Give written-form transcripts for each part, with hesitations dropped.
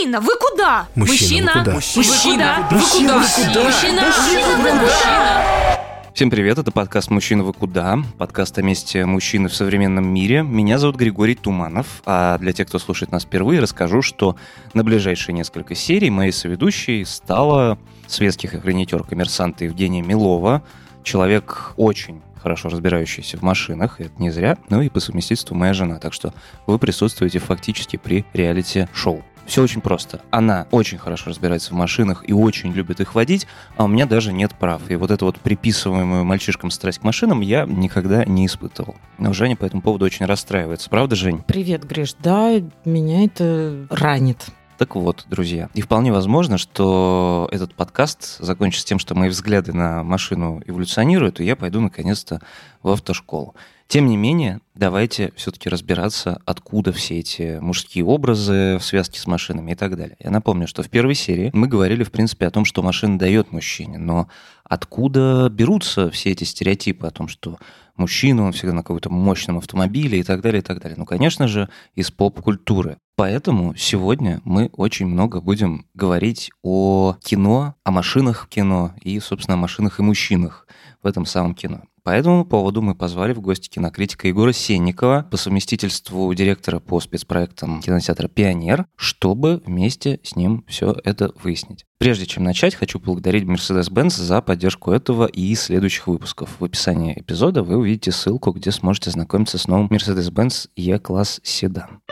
Мужчина, вы куда? Мужчина, вы куда? Мужчина, вы куда? Мужчина, вы куда? Всем привет, это подкаст «Мужчина, вы куда?», подкаст о месте мужчины в современном мире. Меня зовут Григорий Туманов, а для тех, кто слушает нас впервые, расскажу, что на ближайшие несколько серий моей соведущей стала светский хронитер коммерсанта Евгения Милова, человек очень хорошо разбирающийся в машинах, и это не зря, ну и по совместительству моя жена, так что вы присутствуете фактически при реалити-шоу. Все очень просто. Она очень хорошо разбирается в машинах и очень любит их водить, а у меня даже нет прав. И вот эту вот приписываемую мальчишкам страсть к машинам я никогда не испытывал. Но Женя по этому поводу очень расстраивается. Правда, Жень? Привет, Гриш. Да, меня это ранит. Так вот, друзья, и вполне возможно, что этот подкаст закончится тем, что мои взгляды на машину эволюционируют, и я пойду наконец-то в автошколу. Тем не менее, давайте все-таки разбираться, откуда все эти мужские образы в связке с машинами и так далее. Я напомню, что в первой серии мы говорили, в принципе, о том, что машина дает мужчине, но откуда берутся все эти стереотипы о том, что мужчина, он всегда на каком-то мощном автомобиле и так далее, и так далее. Ну, конечно же, из поп-культуры. Поэтому сегодня мы очень много будем говорить о кино, о машинах в кино и, собственно, о машинах и мужчинах в этом самом кино. По этому поводу мы позвали в гости кинокритика Егора Сенникова, по совместительству директора по спецпроектам кинотеатра «Пионер», чтобы вместе с ним все это выяснить. Прежде чем начать, хочу поблагодарить Mercedes-Benz за поддержку этого и следующих выпусков. В описании эпизода вы увидите ссылку, где сможете ознакомиться с новым Mercedes-Benz E-класс седан.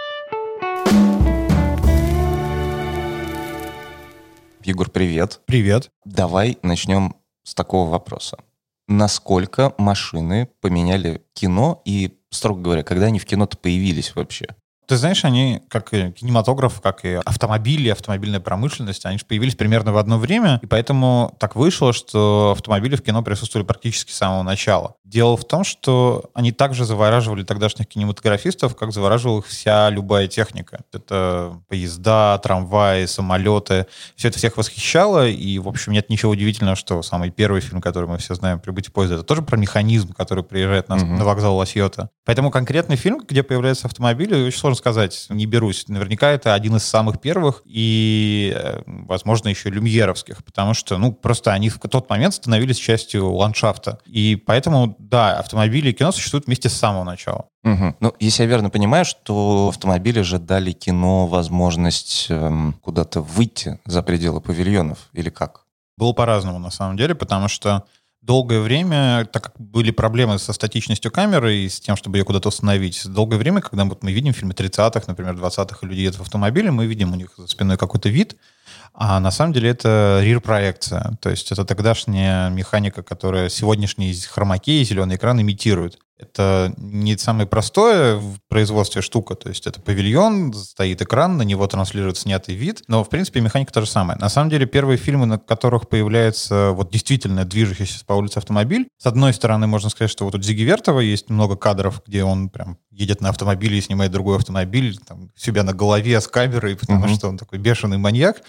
Егор, привет. Привет. Давай начнем с такого вопроса. Насколько машины поменяли кино и, строго говоря, когда они в кино-то появились вообще? Ты знаешь, они, как и кинематограф, как и автомобили, автомобильная промышленность, они же появились примерно в одно время, и поэтому так вышло, что автомобили в кино присутствовали практически с самого начала. Дело в том, что они также завораживали тогдашних кинематографистов, как завораживала их вся любая техника. Это поезда, трамваи, самолеты. Все это всех восхищало, и, в общем, нет ничего удивительного, что самый первый фильм, который мы все знаем, «Прибытие поезда», это тоже про механизм, который приезжает на вокзал Ла-Сьота. Поэтому конкретный фильм, где появляются автомобили, очень сложно сказать, не берусь. Наверняка это один из самых первых и, возможно, еще люмьеровских, потому что, просто они в тот момент становились частью ландшафта. И поэтому, да, автомобили и кино существуют вместе с самого начала. Угу. Ну, если я верно понимаю, что автомобили же дали кино возможность куда-то выйти за пределы павильонов, или как? Было по-разному, на самом деле, потому что долгое время, так как были проблемы со статичностью камеры и с тем, чтобы ее куда-то установить, долгое время, когда мы видим фильмы 30-х, например, 20-х, и люди едут в автомобиле, мы видим у них за спиной какой-то вид, а на самом деле это рир-проекция. То есть это тогдашняя механика, которая сегодняшний хромакей и зеленый экран имитирует. Это не самое простое в производстве штука, то есть это павильон, стоит экран, на него транслирует снятый вид, но, в принципе, механика та же самая. На самом деле, первые фильмы, на которых появляется вот действительно движущийся по улице автомобиль, с одной стороны, можно сказать, что вот у Дзиги Вертова есть много кадров, где он прям едет на автомобиле и снимает другой автомобиль, там, себя на голове с камерой, потому что он такой бешеный маньяк.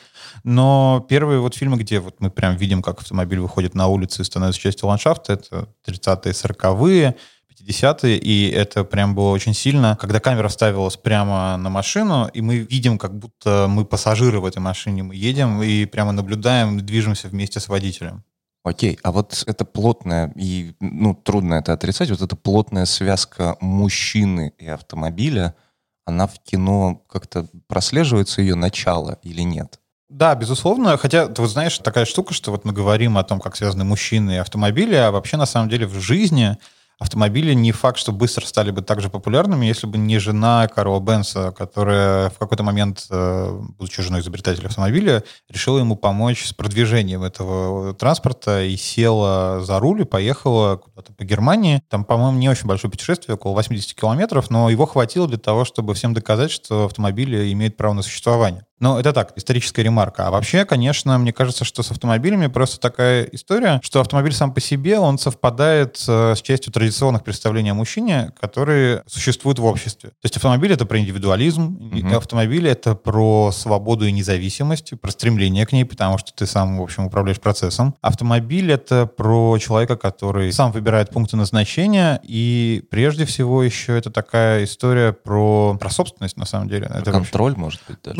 Но первые вот фильмы, где вот мы прям видим, как автомобиль выходит на улицу и становится частью ландшафта, это 30-е, 40-е, 50-е, и это прям было очень сильно, когда камера ставилась прямо на машину, и мы видим, как будто мы пассажиры в этой машине, мы едем и прямо наблюдаем, движемся вместе с водителем. Окей, а вот это плотная, и трудно это отрицать, вот эта плотная связка мужчины и автомобиля, она в кино как-то прослеживается, ее начало или нет? Да, безусловно, хотя, ты вот знаешь, такая штука, что вот мы говорим о том, как связаны мужчины и автомобили, а вообще на самом деле в жизни автомобили не факт, что быстро стали бы так же популярными, если бы не жена Карла Бенца, которая в какой-то момент, будучи женой изобретателя автомобиля, решила ему помочь с продвижением этого транспорта и села за руль и поехала куда-то по Германии. Там, по-моему, не очень большое путешествие, около 80 километров, но его хватило для того, чтобы всем доказать, что автомобили имеют право на существование. Но это так, историческая ремарка. А вообще, конечно, мне кажется, что с автомобилями просто такая история, что автомобиль сам по себе, он совпадает с частью традиционных представлений о мужчине, которые существуют в обществе. То есть автомобиль — это про индивидуализм, автомобиль — это про свободу и независимость, про стремление к ней, потому что ты сам, в общем, управляешь процессом. Автомобиль — это про человека, который сам выбирает пункты назначения, и прежде всего еще это такая история про собственность, на самом деле. Это контроль, может быть, даже? Ну, ты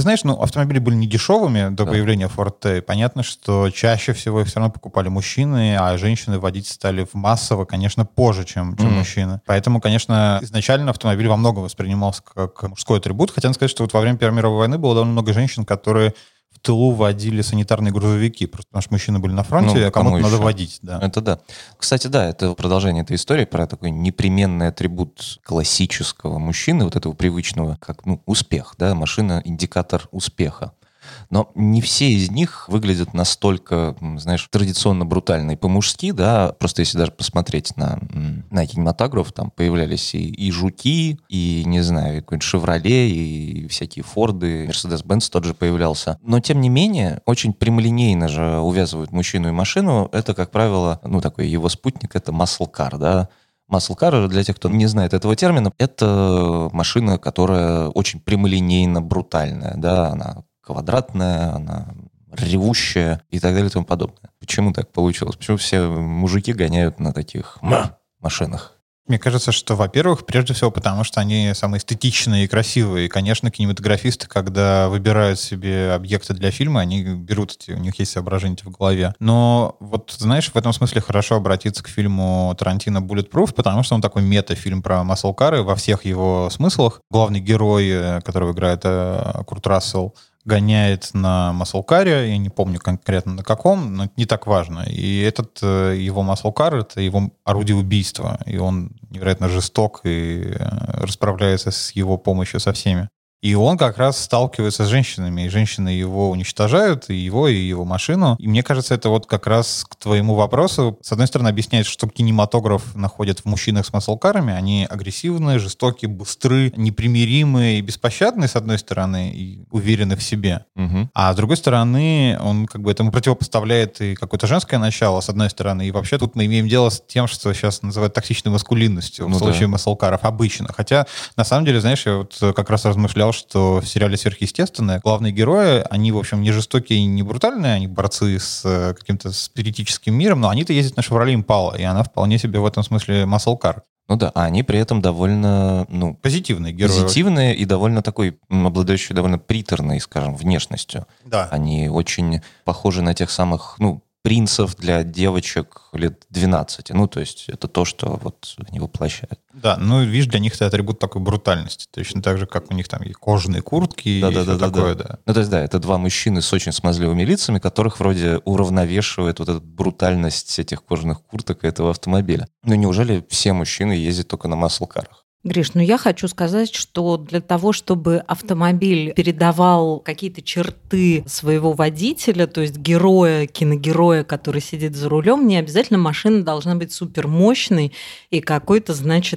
знаешь, автомобили были не дешевыми до появления Ford T. Понятно, что чаще всего их все равно покупали мужчины, а женщины водить стали массово, конечно, позже, чем мужчины. Поэтому, конечно, изначально автомобиль во многом воспринимался как мужской атрибут. Хотя надо сказать, что вот во время Первой мировой войны было довольно много женщин, которые в тылу водили санитарные грузовики, просто потому что мужчины были на фронте, а кому-то надо водить. Да. Это да. Кстати, да, это продолжение этой истории про такой непременный атрибут классического мужчины, вот этого привычного, как успех, да, машина — индикатор успеха. Но не все из них выглядят настолько, знаешь, традиционно брутально и по-мужски, да, просто если даже посмотреть на кинематограф, там появлялись и жуки, и, не знаю, какой-нибудь «Шевроле», и всякие «Форды», «Мерседес-Бенц» тот же появлялся. Но, тем не менее, очень прямолинейно же увязывают мужчину и машину. Это, как правило, такой его спутник, это muscle car, да. Muscle car, для тех, кто не знает этого термина, это машина, которая очень прямолинейно брутальная, да, она квадратная, она ревущая и так далее и тому подобное. Почему так получилось? Почему все мужики гоняют на таких машинах? Мне кажется, что, во-первых, прежде всего потому, что они самые эстетичные и красивые. И, конечно, кинематографисты, когда выбирают себе объекты для фильма, они берут у них есть соображения в голове. Но вот, знаешь, в этом смысле хорошо обратиться к фильму Тарантино «Bulletproof», потому что он такой мета-фильм про маслкары во всех его смыслах. Главный герой, которого играет Курт Рассел, гоняет на маслкаре, я не помню конкретно на каком, но не так важно. И этот его маслкар — это его орудие убийства, и он невероятно жесток и расправляется с его помощью со всеми. И он как раз сталкивается с женщинами, и женщины его уничтожают, и его машину. И мне кажется, это вот как раз к твоему вопросу. С одной стороны, объясняет, что кинематограф находит в мужчинах с маслкарами. Они агрессивные, жестокие, быстры, непримиримые и беспощадные, с одной стороны, и уверены в себе. Угу. А с другой стороны, он как бы этому противопоставляет и какое-то женское начало, с одной стороны. И вообще тут мы имеем дело с тем, что сейчас называют токсичной маскулинностью в случае маслкаров обычно. Хотя, на самом деле, знаешь, я вот как раз размышлял, что в сериале «Сверхъестественное» главные герои, они, в общем, не жестокие и не брутальные, они борцы с каким-то спиритическим миром, но они-то ездят на «Шевроле Импала», и она вполне себе в этом смысле маслкар. Ну да, а они при этом довольно, позитивные герои. Позитивные и довольно такой, обладающие довольно приторной, скажем, внешностью. Да. Они очень похожи на тех самых, принцев для девочек лет 12. То есть это то, что вот они воплощают. Да, видишь, для них это атрибут такой брутальности. Точно так же, как у них там и кожаные куртки, и все такое, да. То есть, да, это два мужчины с очень смазливыми лицами, которых вроде уравновешивает вот эта брутальность этих кожаных курток и этого автомобиля. Неужели все мужчины ездят только на маслкарах? Гриш, я хочу сказать, что для того, чтобы автомобиль передавал какие-то черты своего водителя, то есть героя, киногероя, который сидит за рулем, не обязательно машина должна быть супермощной и какой-то,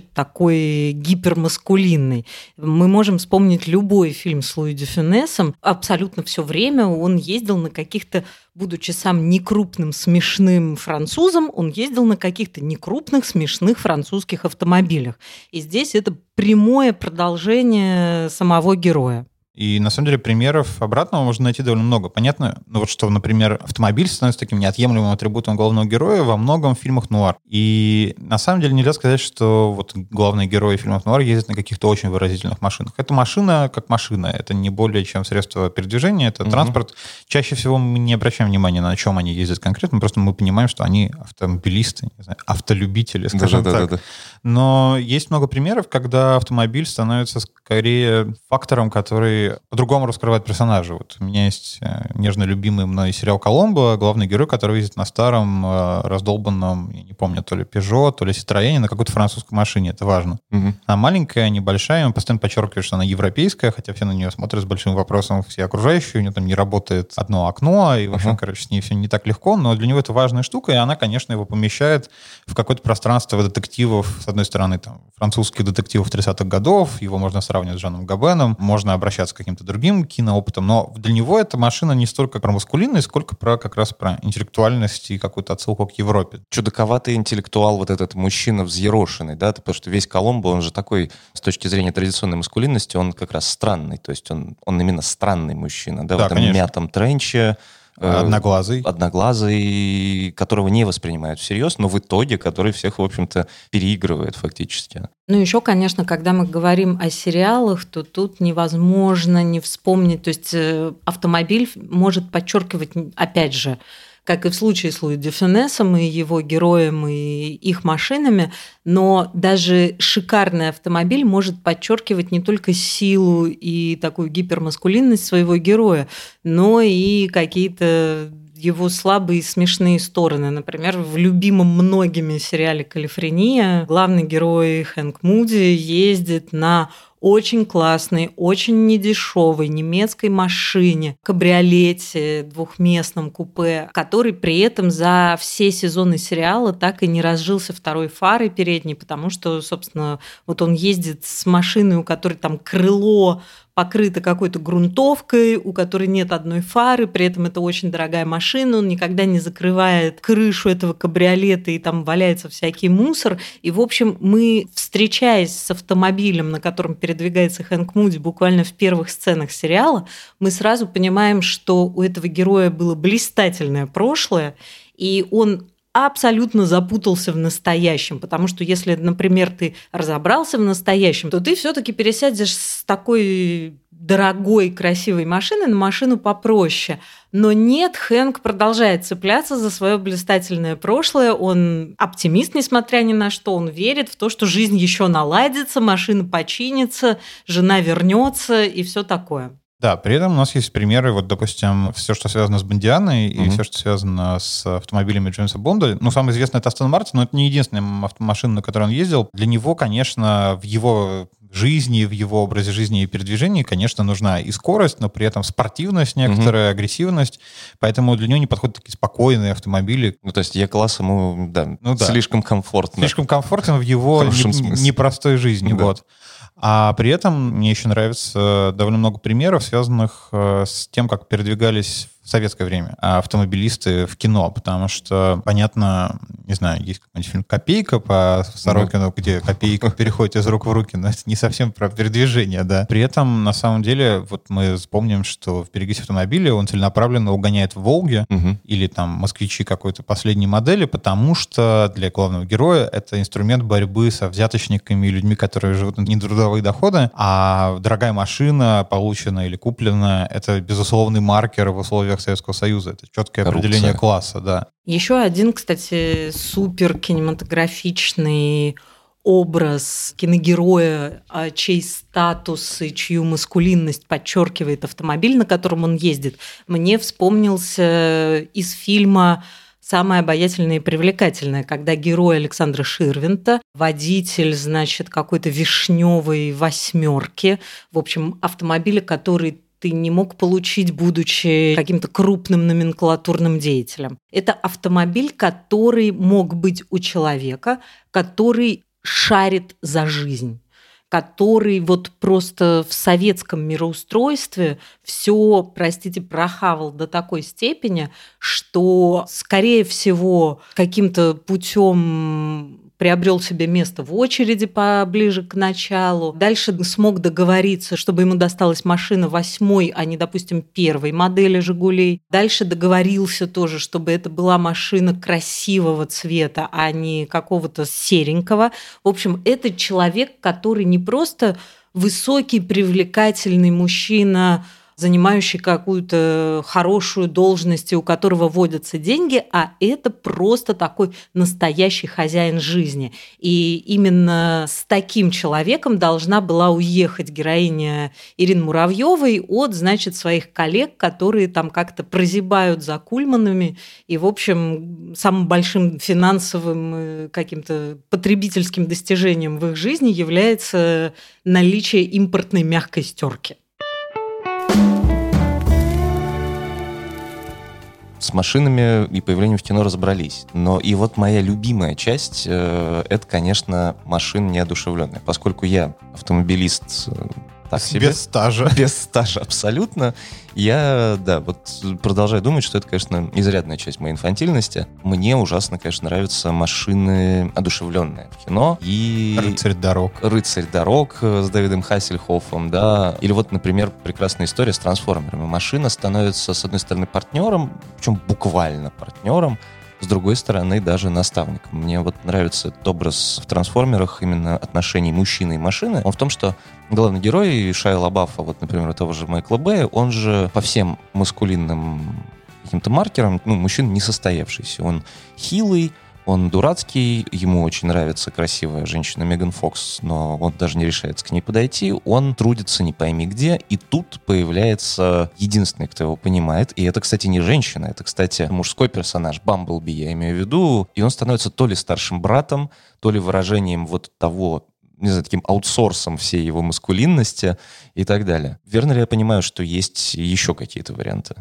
такой гипермаскулинной. Мы можем вспомнить любой фильм с Луи де Фюнесом. Абсолютно все время он ездил на каких-то, будучи сам некрупным, смешным французом, он ездил на каких-то некрупных, смешных французских автомобилях. И здесь это прямое продолжение самого героя. И, на самом деле, примеров обратного можно найти довольно много. Понятно, что, например, автомобиль становится таким неотъемлемым атрибутом главного героя во многом в фильмах нуар. И, на самом деле, нельзя сказать, что вот главные герои фильмов нуар ездят на каких-то очень выразительных машинах. Это машина как машина. Это не более чем средство передвижения, это транспорт. Чаще всего мы не обращаем внимания, на чем они ездят конкретно, просто мы понимаем, что они автомобилисты, не знаю, автолюбители, скажем так. Да. Но есть много примеров, когда автомобиль становится скорее фактором, который по-другому раскрывает персонажа. Вот у меня есть нежно любимый мной сериал «Коломбо», главный герой, который ездит на старом, раздолбанном, я не помню, то ли Peugeot, то ли Citroёn, на какой-то французской машине, это важно. Угу. Она маленькая, небольшая, он постоянно подчеркивает, что она европейская, хотя все на нее смотрят с большим вопросом, все окружающие, у нее там не работает одно окно, и, в общем, с ней все не так легко, но для него это важная штука, и она, конечно, его помещает в какое-то пространство детективов, с одной стороны, там, французских детективов 30-х годов, его можно сравнивать с Жаном Габеном, можно обращаться к каким-то другим киноопытом, но для него эта машина не столько про маскулинность, сколько как раз про интеллектуальность и какую-то отсылку к Европе. Чудаковатый интеллектуал, вот этот мужчина взъерошенный, да, потому что весь Коломбо, он же такой, с точки зрения традиционной маскулинности, он как раз странный, то есть он именно странный мужчина, да, в этом мятом тренче, Одноглазый, которого не воспринимают всерьез, но в итоге который всех, в общем-то, переигрывает фактически. Ну, еще, конечно, когда мы говорим о сериалах, то тут невозможно не вспомнить. То есть автомобиль может подчеркивать, опять же, как и в случае с Луи де Фюнесом и его героем, и их машинами, но даже шикарный автомобиль может подчеркивать не только силу и такую гипермаскулинность своего героя, но и какие-то его слабые и смешные стороны. Например, в любимом многими сериале «Калифорния» главный герой Хэнк Муди ездит на очень классной, очень недешевой немецкой машине, кабриолете, двухместном купе, который при этом за все сезоны сериала так и не разжился второй фарой передней, потому что, собственно, вот он ездит с машиной, у которой там крыло покрыто какой-то грунтовкой, у которой нет одной фары, при этом это очень дорогая машина, он никогда не закрывает крышу этого кабриолета, и там валяется всякий мусор. И, в общем, мы, встречаясь с автомобилем, на котором передвигается Хэнк Муди, буквально в первых сценах сериала, мы сразу понимаем, что у этого героя было блистательное прошлое, и он абсолютно запутался в настоящем, потому что если, например, ты разобрался в настоящем, то ты все-таки пересядешь с такой дорогой, красивой машины на машину попроще. Но нет, Хэнк продолжает цепляться за свое блистательное прошлое. Он оптимист, несмотря ни на что. Он верит в то, что жизнь еще наладится, машина починится, жена вернется и все такое. Да, при этом у нас есть примеры, вот, допустим, все, что связано с Бондианой и все, что связано с автомобилями Джеймса Бонда. Ну, самый известный — это Астон Мартин, но это не единственная машина, на которой он ездил. Для него, конечно, в его жизни, в его образе жизни и передвижении, конечно, нужна и скорость, но при этом спортивность некоторая, агрессивность. Поэтому для него не подходят такие спокойные автомобили. Ну, то есть E-класс ему, слишком комфортно. Слишком комфортно в его непростой жизни, вот. А при этом мне еще нравится довольно много примеров, связанных с тем, как передвигались в советское время автомобилисты в кино, потому что, понятно, не знаю, есть какой-нибудь фильм «Копейка» по Сорокину, где копейка переходит из рук в руки, но это не совсем про передвижение, да. При этом, на самом деле, вот мы вспомним, что в «Берегись автомобиля» он целенаправленно угоняет в «Волге» или там «Москвичи» какой-то последней модели, потому что для главного героя это инструмент борьбы со взяточниками и людьми, которые живут на нетрудовые доходы, а дорогая машина, полученная или купленная, это безусловный маркер в условиях Советского Союза. Это четкое определение класса, да. Еще один, кстати, супер кинематографичный образ киногероя, чей статус и чью маскулинность подчеркивает автомобиль, на котором он ездит, мне вспомнился из фильма «Самое обаятельное и привлекательное», когда герой Александра Ширвинта, водитель, значит, какой-то вишневой восьмерки, в общем, автомобиля, который ты не мог получить, будучи каким-то крупным номенклатурным деятелем. Это автомобиль, который мог быть у человека, который шарит за жизнь, который вот просто в советском мироустройстве все, простите, прохавал до такой степени, что, скорее всего, каким-то путем приобрел себе место в очереди поближе к началу. Дальше смог договориться, чтобы ему досталась машина 8-й, а не, допустим, 1-й модели «Жигулей». Дальше договорился тоже, чтобы это была машина красивого цвета, а не какого-то серенького. В общем, это человек, который не просто высокий, привлекательный мужчина, занимающий какую-то хорошую должность, и у которого водятся деньги, а это просто такой настоящий хозяин жизни. И именно с таким человеком должна была уехать героиня Ирины Муравьевой от, значит, своих коллег, которые там как-то прозябают за кульманами. И, в общем, самым большим финансовым каким-то потребительским достижением в их жизни является наличие импортной мягкой стёрки. С машинами и появлением в кино разобрались. Но и вот моя любимая часть это, конечно, машины неодушевленные. Поскольку я автомобилист так себе. Без стажа. Без стажа, абсолютно. Я, продолжаю думать, что это, конечно, изрядная часть моей инфантильности. Мне ужасно, конечно, нравятся машины одушевленные в кино. И «Рыцарь дорог». «Рыцарь дорог» с Дэвидом Хассельхоффом, да. Или вот, например, прекрасная история с трансформерами. Машина становится, с одной стороны, партнером, причем буквально партнером, с другой стороны, даже наставником. Мне вот нравится этот образ в «Трансформерах» именно отношений мужчины и машины. Он в том, что главный герой Шайа ЛаБафа, вот, например, того же Майкла Бэя, он же по всем маскулинным каким-то маркерам, мужчина несостоявшийся. Он хилый, он дурацкий, ему очень нравится красивая женщина Меган Фокс, но он даже не решается к ней подойти, он трудится не пойми где, и тут появляется единственный, кто его понимает, и это, кстати, не женщина, это, кстати, мужской персонаж, Бамблби, я имею в виду, и он становится то ли старшим братом, то ли выражением вот того, не знаю, таким аутсорсом всей его маскулинности и так далее. Верно ли я понимаю, что есть еще какие-то варианты?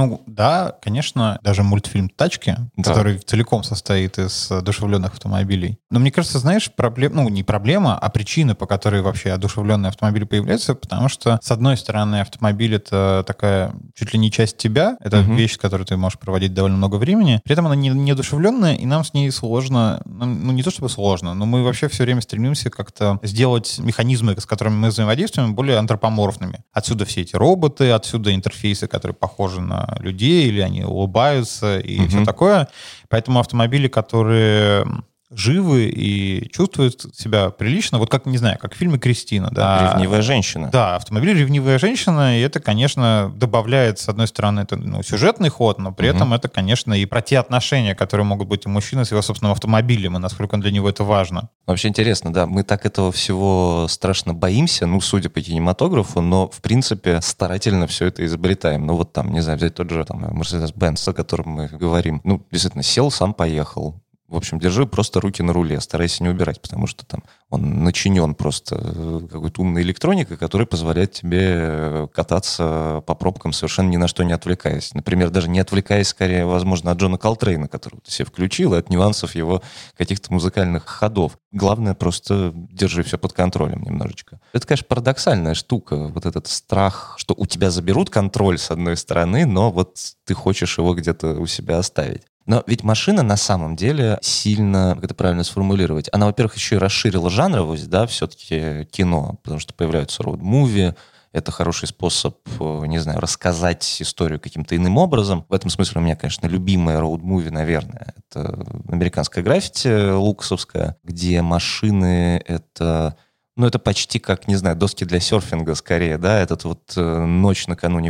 Да, конечно, даже мультфильм «Тачки», да, который целиком состоит из одушевленных автомобилей. Но мне кажется, знаешь, не проблема, а причина, по которой вообще одушевленные автомобили появляются, потому что, с одной стороны, автомобиль — это такая чуть ли не часть тебя, это вещь, с которой ты можешь проводить довольно много времени, при этом она не одушевленная, и нам с ней сложно, не то чтобы сложно, но мы вообще все время стремимся как-то сделать механизмы, с которыми мы взаимодействуем, более антропоморфными. Отсюда все эти роботы, отсюда интерфейсы, которые похожи на людей, или они улыбаются и все такое. Поэтому автомобили, которые живы и чувствуют себя прилично, вот как, не знаю, как в фильме «Кристина». Да. «Ревнивая женщина». Да, автомобиль «Ревнивая женщина», и это, конечно, добавляет, с одной стороны, это сюжетный ход, но при этом это, конечно, и про те отношения, которые могут быть у мужчины с его собственным автомобилем, и насколько для него это важно. Вообще интересно, да, мы так этого всего страшно боимся, судя по кинематографу, но, в принципе, старательно все это изобретаем. Вот там, не знаю, взять тот же Mercedes-Benz, о котором мы говорим. Действительно, сел, сам поехал. В общем, держи просто руки на руле, старайся не убирать, потому что там он начинен просто какой-то умной электроникой, которая позволяет тебе кататься по пробкам совершенно ни на что не отвлекаясь. Например, даже не отвлекаясь, скорее, возможно, от Джона Колтрейна, которого ты себе включил, и от нюансов его каких-то музыкальных ходов. Главное, просто держи все под контролем немножечко. Это, конечно, парадоксальная штука, вот этот страх, что у тебя заберут контроль с одной стороны, но вот ты хочешь его где-то у себя оставить. Но ведь машина на самом деле сильно, как это правильно сформулировать, она, во-первых, еще и расширила жанровость, да, все-таки кино, потому что появляются роуд-муви, это хороший способ, не знаю, рассказать историю каким-то иным образом. В этом смысле у меня, конечно, любимое роуд-муви, наверное, это «Американское граффити» лукасовское, где машины — это... это почти как, не знаю, доски для серфинга скорее, да, этот вот ночь накануне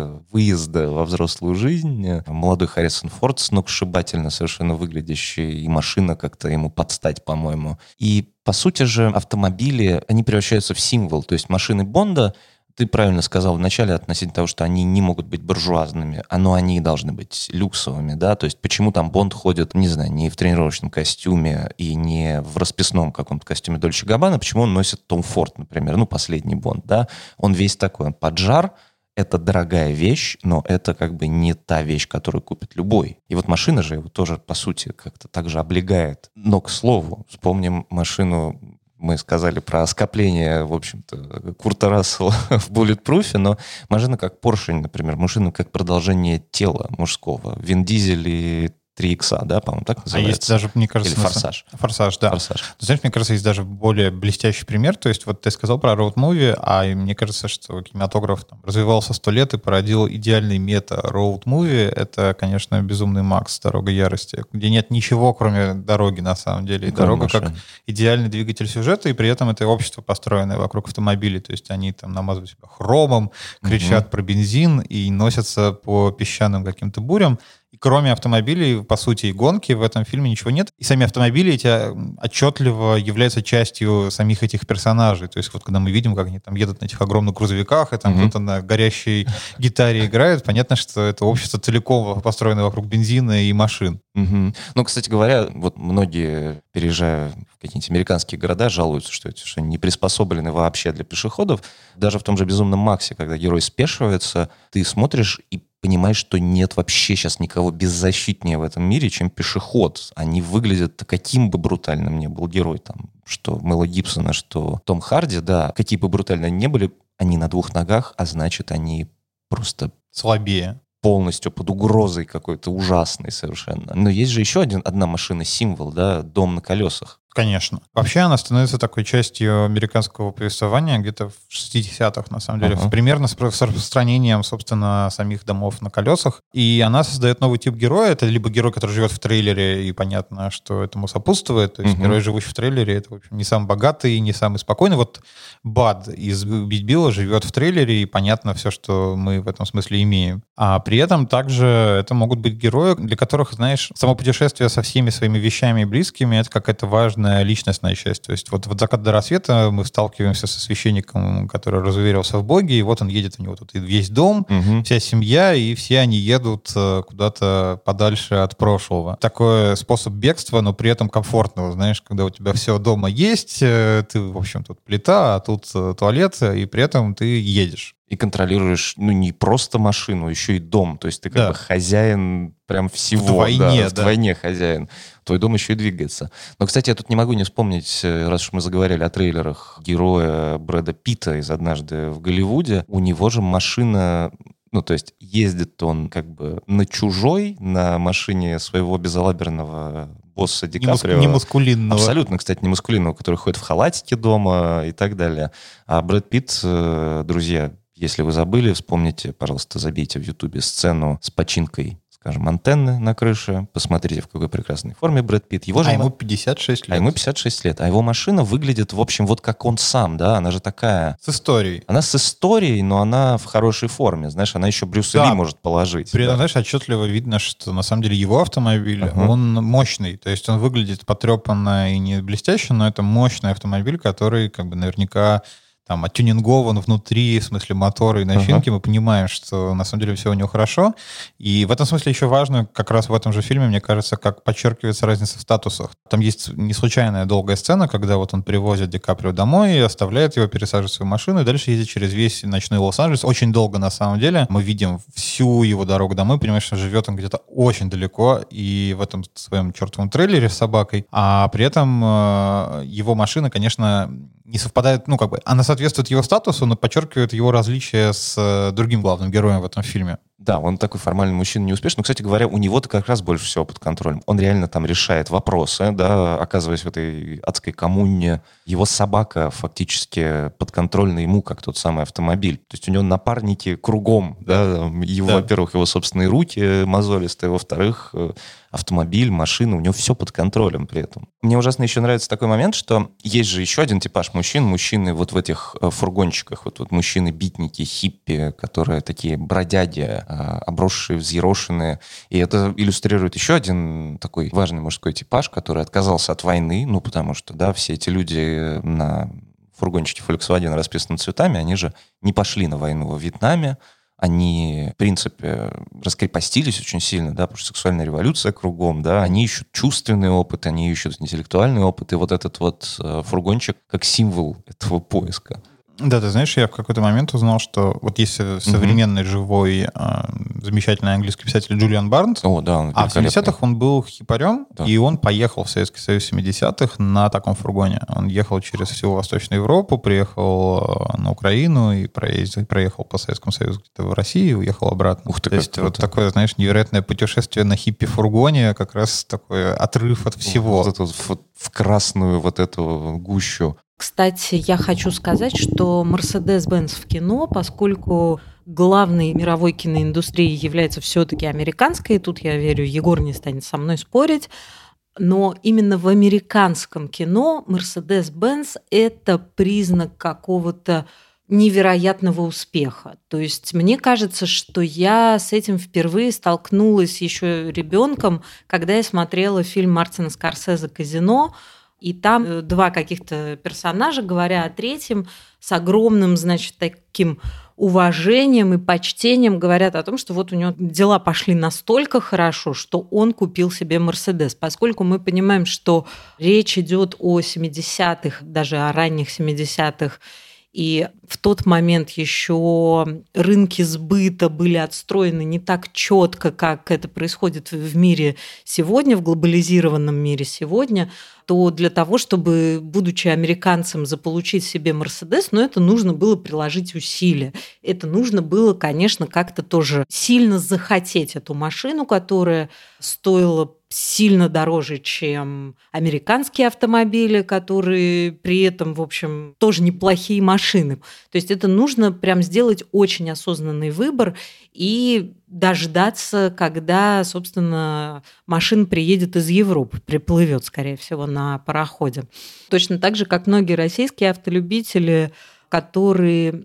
выезда во взрослую жизнь, молодой Харрисон Форд, сногсшибательно совершенно выглядящий, и машина как-то ему подстать, по-моему. И, по сути же, автомобили, они превращаются в символ, то есть машины Бонда, ты правильно сказал вначале относительно того, что они не могут быть буржуазными, но они должны быть люксовыми, да, то есть почему там Бонд ходит, не знаю, не в тренировочном костюме и не в расписном каком-то костюме Дольче Габбана, почему он носит Том Форд, например, последний Бонд, да, он весь такой, он поджар, это дорогая вещь, но это как бы не та вещь, которую купит любой. И вот машина же его тоже, по сути, как-то так же облегает. Но, к слову, вспомним машину... Мы сказали про скопление, в общем-то, Курта Рассела в «Буллетпруфе», но машина как поршень, например, машина как продолжение тела мужского. Вин Дизель и 3 икса, да, по-моему, так называется? А есть даже, мне кажется... Или «Форсаж». «Форсаж», да. «Форсаж». Ты знаешь, мне кажется, есть даже более блестящий пример. То есть вот ты сказал про роуд-муви, а мне кажется, что кинематограф развивался 100 лет и породил идеальный мета-роуд-муви. Это, конечно, «Безумный Макс. Дорога ярости», где нет ничего, кроме дороги, на самом деле. И дорога как идеальный двигатель сюжета, и при этом это общество, построенное вокруг автомобилей. То есть они там намазывают себя хромом, кричат про бензин и носятся по песчаным каким-то бурям. И кроме автомобилей, по сути, и гонки в этом фильме ничего нет. И сами автомобили эти отчетливо являются частью самих этих персонажей. То есть вот когда мы видим, как они там едут на этих огромных грузовиках, и там кто-то на горящей гитаре играет, понятно, что это общество целиком построено вокруг бензина и машин. Кстати говоря, вот многие, переезжая в какие-нибудь американские города, жалуются, что эти не приспособлены вообще для пешеходов. Даже в том же «Безумном Максе», когда герой спешивается, ты смотришь и понимаешь, что нет вообще сейчас никого беззащитнее в этом мире, чем пешеход. Они выглядят, каким бы брутальным ни был герой, там, что Мэла Гибсона, что Том Харди, да, какие бы брутальные они ни были, они на двух ногах, а значит, они просто Слабее. полностью под угрозой какой-то ужасной совершенно. Но есть же еще одна машина-символ, да, дом на колесах. Конечно. Вообще она становится такой частью американского повествования где-то в 60-х, на самом деле, примерно с распространением, собственно, самих домов на колесах. И она создает новый тип героя. Это либо герой, который живет в трейлере, и понятно, что этому сопутствует. То есть герой, живущий в трейлере, это, в общем, не самый богатый, не самый спокойный. Вот Бад из «Убить Билла» живет в трейлере, и понятно все, что мы в этом смысле имеем. А при этом также это могут быть герои, для которых, знаешь, само путешествие со всеми своими вещами и близкими — это какая-то важная личностная часть. То есть вот от заката до рассвета мы сталкиваемся со священником, который разуверился в Боге, и вот он едет, у него тут весь дом, вся семья, и все они едут куда-то подальше от прошлого. Такой способ бегства, но при этом комфортного, знаешь, когда у тебя все дома есть, ты, в общем, тут плита, а тут туалет, и при этом ты едешь. И контролируешь, не просто машину, еще и дом. То есть ты как бы хозяин прям всего. Вдвойне, вдвойне хозяин. Твой дом еще и двигается. Но, кстати, я тут не могу не вспомнить, раз уж мы заговорили о трейлерах, героя Брэда Питта из «Однажды в Голливуде». У него же машина... то есть ездит он как бы на чужой, на машине своего безалаберного босса Ди Каприо. Не маскулинного. Абсолютно, кстати, не маскулинного, который ходит в халатике дома и так далее. А Брэд Питт, друзья, если вы забыли, вспомните, пожалуйста, забейте в Ютубе сцену с починкой, скажем, антенны на крыше. Посмотрите, в какой прекрасной форме Брэд Питт. Ему 56 лет. А ему 56 лет. А его машина выглядит, в общем, вот как он сам, да? Она же такая... С историей. Она с историей, но она в хорошей форме. Знаешь, она еще Брюса Ли может положить. При этом, знаешь, отчетливо видно, что на самом деле его автомобиль, он мощный. То есть он выглядит потрепанно и не блестяще, но это мощный автомобиль, который как бы наверняка... там, оттюнингован внутри, в смысле мотора и начинки, мы понимаем, что на самом деле все у него хорошо. И в этом смысле еще важно, как раз в этом же фильме, мне кажется, как подчеркивается разница в статусах. Там есть не случайная долгая сцена, когда вот он привозит Ди Каприо домой, и оставляет его, пересаживает свою машину, и дальше ездит через весь ночной Лос-Анджелес. Очень долго, на самом деле. Мы видим всю его дорогу домой, понимаешь, что живет он где-то очень далеко, и в этом своем чертовом трейлере с собакой. А при этом его машина, конечно, не совпадает, она соответствует его статусу, но подчеркивает его различия с другим главным героем в этом фильме. Да, он такой формальный мужчина неуспешный. Но, кстати говоря, у него-то как раз больше всего под контролем. Он реально там решает вопросы, да, оказываясь в этой адской коммуне. Его собака фактически подконтрольна ему, как тот самый автомобиль. То есть у него напарники кругом, да, во-первых, его собственные руки мозолистые, во-вторых, автомобиль, машина, у него все под контролем при этом. Мне ужасно еще нравится такой момент, что есть же еще один типаж мужчин. Мужчины вот в этих фургончиках, вот мужчины-битники, хиппи, которые такие бродяги, обросшие, взъерошенные. И это иллюстрирует еще один такой важный мужской типаж, который отказался от войны, потому что, да, все эти люди на фургончике Volkswagen, расписанном цветами, они же не пошли на войну во Вьетнаме. Они, в принципе, раскрепостились очень сильно, да, потому что сексуальная революция кругом, да, они ищут чувственный опыт, они ищут интеллектуальный опыт, и вот этот вот фургончик как символ этого поиска. Да, ты знаешь, я в какой-то момент узнал, что вот есть современный живой замечательный английский писатель Джулиан Барнс. О, да, он великолепный. А в 70-х он был хипарем, да. И он поехал в Советский Союз в 70-х на таком фургоне. Он ехал через всю Восточную Европу, приехал на Украину и проехал по Советскому Союзу где-то в Россию и уехал обратно. Ух ты, то есть вот такое, знаешь, невероятное путешествие на хиппи-фургоне, как раз такой отрыв от всего. Вот это вот в красную вот эту гущу. Кстати, я хочу сказать, что Mercedes-Benz в кино, поскольку главной мировой киноиндустрией является все-таки американская, и тут, я верю, Егор не станет со мной спорить, но именно в американском кино Mercedes-Benz – это признак какого-то невероятного успеха. То есть мне кажется, что я с этим впервые столкнулась еще ребенком, когда я смотрела фильм Мартина Скорсезе «Казино», и там два каких-то персонажа, говоря о третьем, с огромным, значит, таким уважением и почтением говорят о том, что вот у него дела пошли настолько хорошо, что он купил себе Мерседес. Поскольку мы понимаем, что речь идет о 70-х, даже о ранних 70-х, И в тот момент еще рынки сбыта были отстроены не так четко, как это происходит в мире сегодня, в глобализированном мире сегодня, то для того, чтобы, будучи американцем, заполучить себе Мерседес, это нужно было приложить усилия. Это нужно было, конечно, как-то тоже сильно захотеть эту машину, которая стоила сильно дороже, чем американские автомобили, которые при этом, в общем, тоже неплохие машины. То есть это нужно прям сделать очень осознанный выбор и дождаться, когда, собственно, машина приедет из Европы, приплывет, скорее всего, на пароходе. Точно так же, как многие российские автолюбители, которые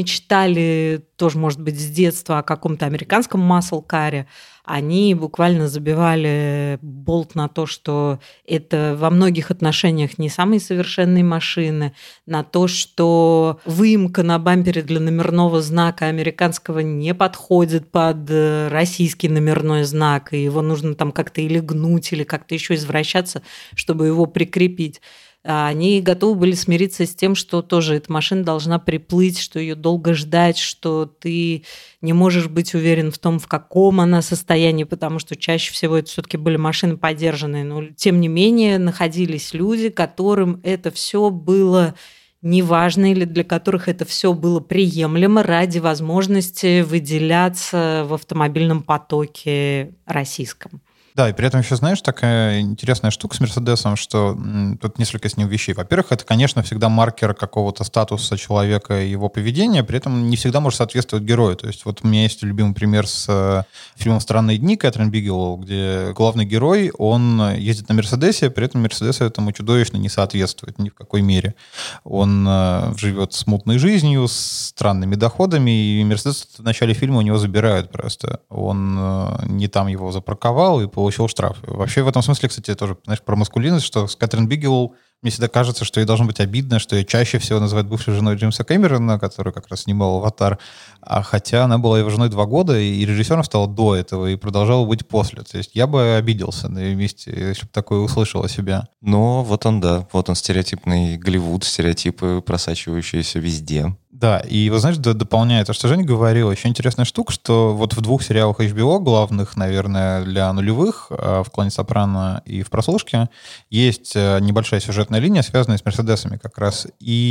мечтали тоже, может быть, с детства о каком-то американском маслкаре, они буквально забивали болт на то, что это во многих отношениях не самые совершенные машины, на то, что выемка на бампере для номерного знака американского не подходит под российский номерной знак, и его нужно там как-то или гнуть, или как-то еще извращаться, чтобы его прикрепить. Они готовы были смириться с тем, что тоже эта машина должна приплыть, что ее долго ждать, что ты не можешь быть уверен в том, в каком она состоянии, потому что чаще всего это все-таки были машины подержанные. Но тем не менее находились люди, которым это все было неважно или для которых это все было приемлемо ради возможности выделяться в автомобильном потоке российском. Да, и при этом еще, знаешь, такая интересная штука с Мерседесом, что тут несколько с ним вещей. Во-первых, это, конечно, всегда маркер какого-то статуса человека и его поведения, при этом не всегда может соответствовать герою. То есть вот у меня есть любимый пример с фильмом «Странные дни» Кэтрин Бигелоу, где главный герой, он ездит на Мерседесе, при этом Мерседес этому чудовищно не соответствует ни в какой мере. Он живет смутной жизнью, с странными доходами, и Мерседес в начале фильма у него забирают просто. Он не там его запарковал и получил штраф. Вообще в этом смысле, кстати, тоже, знаешь, про маскулинность, что с Кэтрин Бигелоу мне всегда кажется, что ей должно быть обидно, что ее чаще всего называют бывшей женой Джеймса Кэмерона, который как раз снимал «Аватар», хотя она была его женой 2 года, и режиссером стала до этого, и продолжала быть после. То есть я бы обиделся на ее месте, если бы такое услышал о себе. Но вот он, да, вот он стереотипный Голливуд, стереотипы, просачивающиеся везде. Да, и, вы знаешь, дополняя то, что Женя говорила, еще интересная штука, что вот в 2 сериалах HBO, главных, наверное, для нулевых, в «Клане Сопрано» и в «Прослушке», есть небольшая сюжетная линия, связанная с Мерседесами как раз.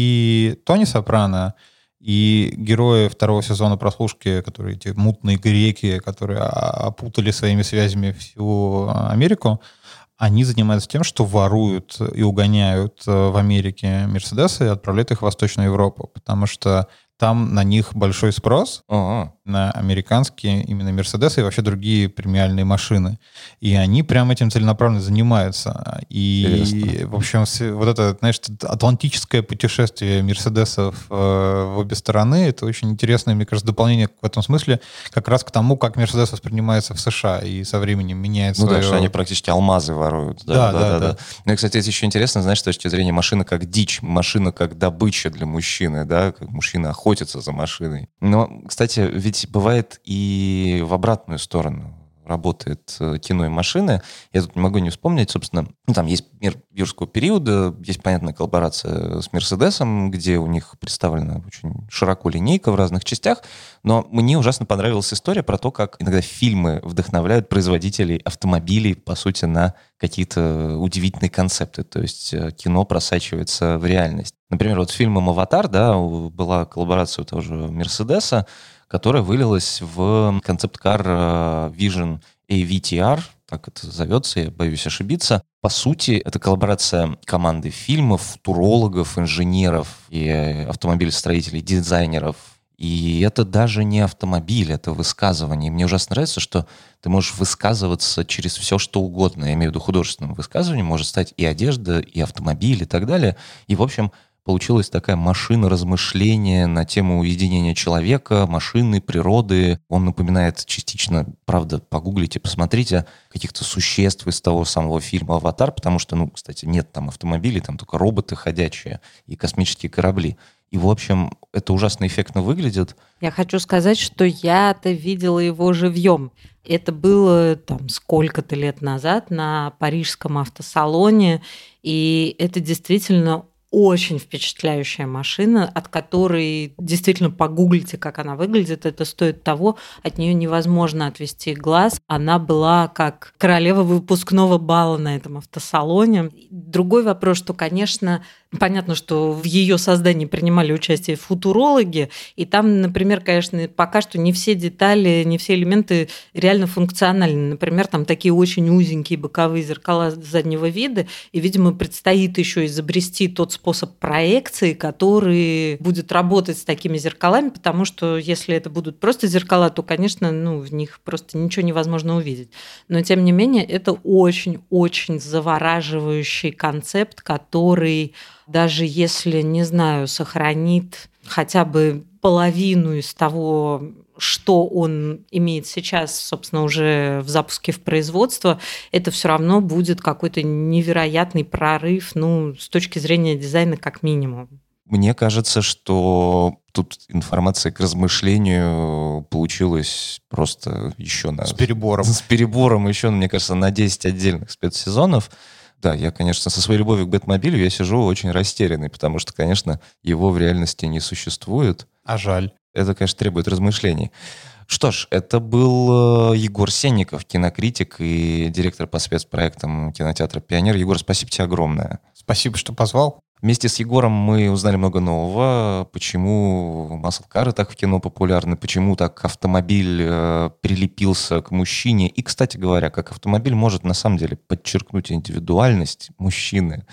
И Тони Сопрано, и герои 2-го сезона «Прослушки», которые эти мутные греки, которые опутали своими связями всю Америку, они занимаются тем, что воруют и угоняют в Америке Мерседесы и отправляют их в Восточную Европу, потому что там на них большой спрос, на американские именно Мерседесы и вообще другие премиальные машины. И они прям этим целенаправленно занимаются. И, интересно. В общем, вот это, знаешь, атлантическое путешествие Мерседесов в обе стороны, это очень интересное, мне кажется, дополнение в этом смысле как раз к тому, как Мерседес воспринимается в США и со временем меняет свое... Ну да, что они практически алмазы воруют. Да. Ну и, кстати, это еще интересно, знаешь, с точки зрения машины как дичь, машина как добыча для мужчины, да, как мужчина охотится за машиной. Но, кстати, ведь бывает и в обратную сторону работает кино и машины. Я тут не могу не вспомнить, собственно, там есть «Мир юрского периода», есть, понятная коллаборация с «Мерседесом», где у них представлена очень широко линейка в разных частях, но мне ужасно понравилась история про то, как иногда фильмы вдохновляют производителей автомобилей, по сути, на какие-то удивительные концепты, то есть кино просачивается в реальность. Например, вот с фильмом «Аватар», да, была коллаборация у того же «Мерседеса», которая вылилась в концепт-кар Vision AVTR, так это зовется, я боюсь ошибиться. По сути, это коллаборация команды фильмов, футурологов, инженеров и автомобилестроителей, дизайнеров. И это даже не автомобиль, это высказывание. И мне ужасно нравится, что ты можешь высказываться через все, что угодно. Я имею в виду художественным высказыванием может стать и одежда, и автомобиль, и так далее. И, в общем, получилась такая машина размышления на тему уединения человека, машины, природы. Он напоминает частично, правда, погуглите, посмотрите, каких-то существ из того самого фильма «Аватар», потому что, кстати, нет там автомобилей, там только роботы ходячие и космические корабли. И, в общем, это ужасно эффектно выглядит. Я хочу сказать, что я-то видела его живьем. Это было там сколько-то лет назад на парижском автосалоне, и это действительно очень впечатляющая машина, от которой действительно погуглите, как она выглядит. Это стоит того, от нее невозможно отвести глаз. Она была как королева выпускного бала на этом автосалоне. Другой вопрос, что, конечно, понятно, что в ее создании принимали участие футурологи, и там, например, конечно, пока что не все детали, не все элементы реально функциональны. Например, там такие очень узенькие боковые зеркала заднего вида, и, видимо, предстоит еще изобрести тот способ проекции, который будет работать с такими зеркалами, потому что если это будут просто зеркала, то, конечно, в них просто ничего невозможно увидеть. Но, тем не менее, это очень-очень завораживающий концепт, который, даже если, не знаю, сохранит хотя бы половину из того, что он имеет сейчас, собственно, уже в запуске в производство, это все равно будет какой-то невероятный прорыв, с точки зрения дизайна как минимум. Мне кажется, что тут информация к размышлению получилась просто еще с перебором. С перебором еще, мне кажется, на 10 отдельных спецсезонов. Да, я, конечно, со своей любовью к Бэтмобилю я сижу очень растерянный, потому что, конечно, его в реальности не существует. А жаль. Это, конечно, требует размышлений. Что ж, это был Егор Сенников, кинокритик и директор по спецпроектам кинотеатра «Пионер». Егор, спасибо тебе огромное. Спасибо, что позвал. Вместе с Егором мы узнали много нового, почему маслкары так в кино популярны, почему так автомобиль прилепился к мужчине. И, кстати говоря, как автомобиль может на самом деле подчеркнуть индивидуальность мужчины.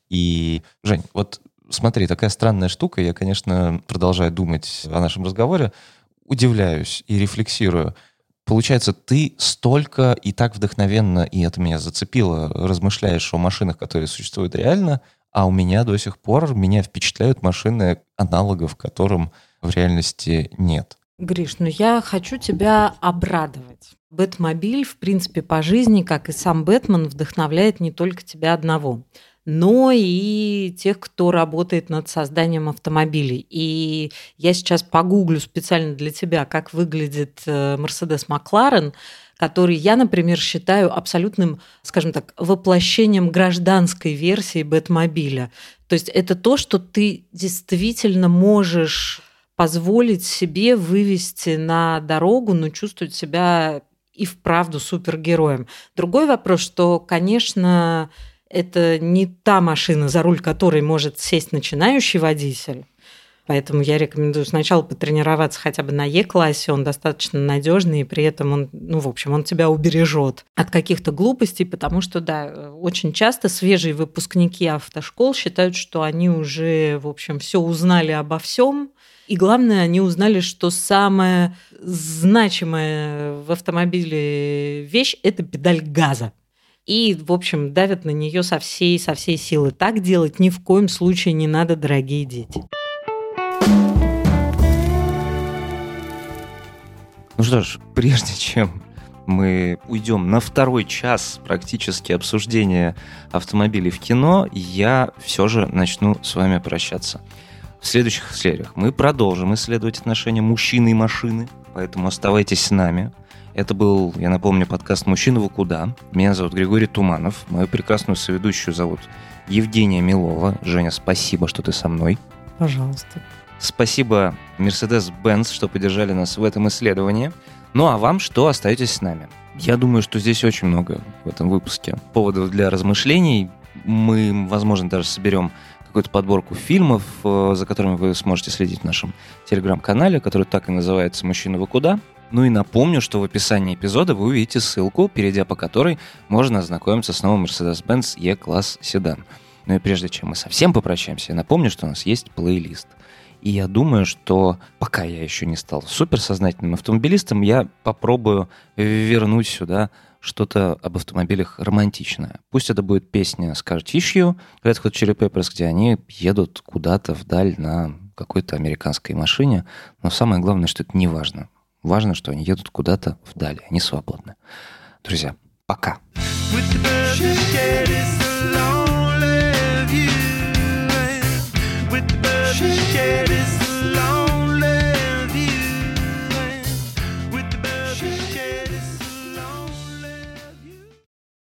И, Жень, вот смотри, такая странная штука, я, конечно, продолжаю думать о нашем разговоре, удивляюсь и рефлексирую. Получается, ты столько и так вдохновенно, и это меня зацепило, размышляешь о машинах, которые существуют реально, а у меня до сих пор меня впечатляют машины, аналогов которым в реальности нет. Гриш, я хочу тебя обрадовать. Бэтмобиль, в принципе, по жизни, как и сам Бэтмен, вдохновляет не только тебя одного, но и тех, кто работает над созданием автомобилей. И я сейчас погуглю специально для тебя, как выглядит Mercedes McLaren, который я, например, считаю абсолютным, скажем так, воплощением гражданской версии Бэтмобиля. То есть это то, что ты действительно можешь позволить себе вывести на дорогу, но чувствовать себя и вправду супергероем. Другой вопрос, что, конечно, это не та машина, за руль которой может сесть начинающий водитель. Поэтому я рекомендую сначала потренироваться хотя бы на Е-классе, он достаточно надежный, и при этом он, он тебя убережет от каких-то глупостей, потому что, да, очень часто свежие выпускники автошкол считают, что они уже, все узнали обо всем. И главное, они узнали, что самая значимая в автомобиле вещь – это педаль газа. И, давят на нее со всей силы. Так делать ни в коем случае не надо, дорогие дети. Ну что ж, прежде чем мы уйдем на второй час практически обсуждения автомобилей в кино, я все же начну с вами прощаться. В следующих сериях мы продолжим исследовать отношения мужчины и машины, поэтому оставайтесь с нами. Это был, я напомню, подкаст «Мужчина, вы куда?». Меня зовут Григорий Туманов, мою прекрасную соведущую зовут Евгения Милова. Женя, спасибо, что ты со мной. Пожалуйста. Спасибо Mercedes-Benz, что поддержали нас в этом исследовании. Ну а вам, что остаетесь с нами? Я думаю, что здесь очень много в этом выпуске поводов для размышлений. Мы, возможно, даже соберем какую-то подборку фильмов, за которыми вы сможете следить в нашем телеграм-канале, который так и называется «Мужчина, вы куда?». Ну и напомню, что в описании эпизода вы увидите ссылку, перейдя по которой можно ознакомиться с новым Mercedes-Benz E-класс седан. Ну и прежде чем мы совсем попрощаемся, я напомню, что у нас есть плейлист. И я думаю, что пока я еще не стал суперсознательным автомобилистом, я попробую вернуть сюда что-то об автомобилях романтичное. Пусть это будет песня Scar Tissue, Red Hot Chili Peppers, где они едут куда-то вдаль на какой-то американской машине, но самое главное, что это не важно. Важно, что они едут куда-то вдали, они свободны. Друзья, пока. Share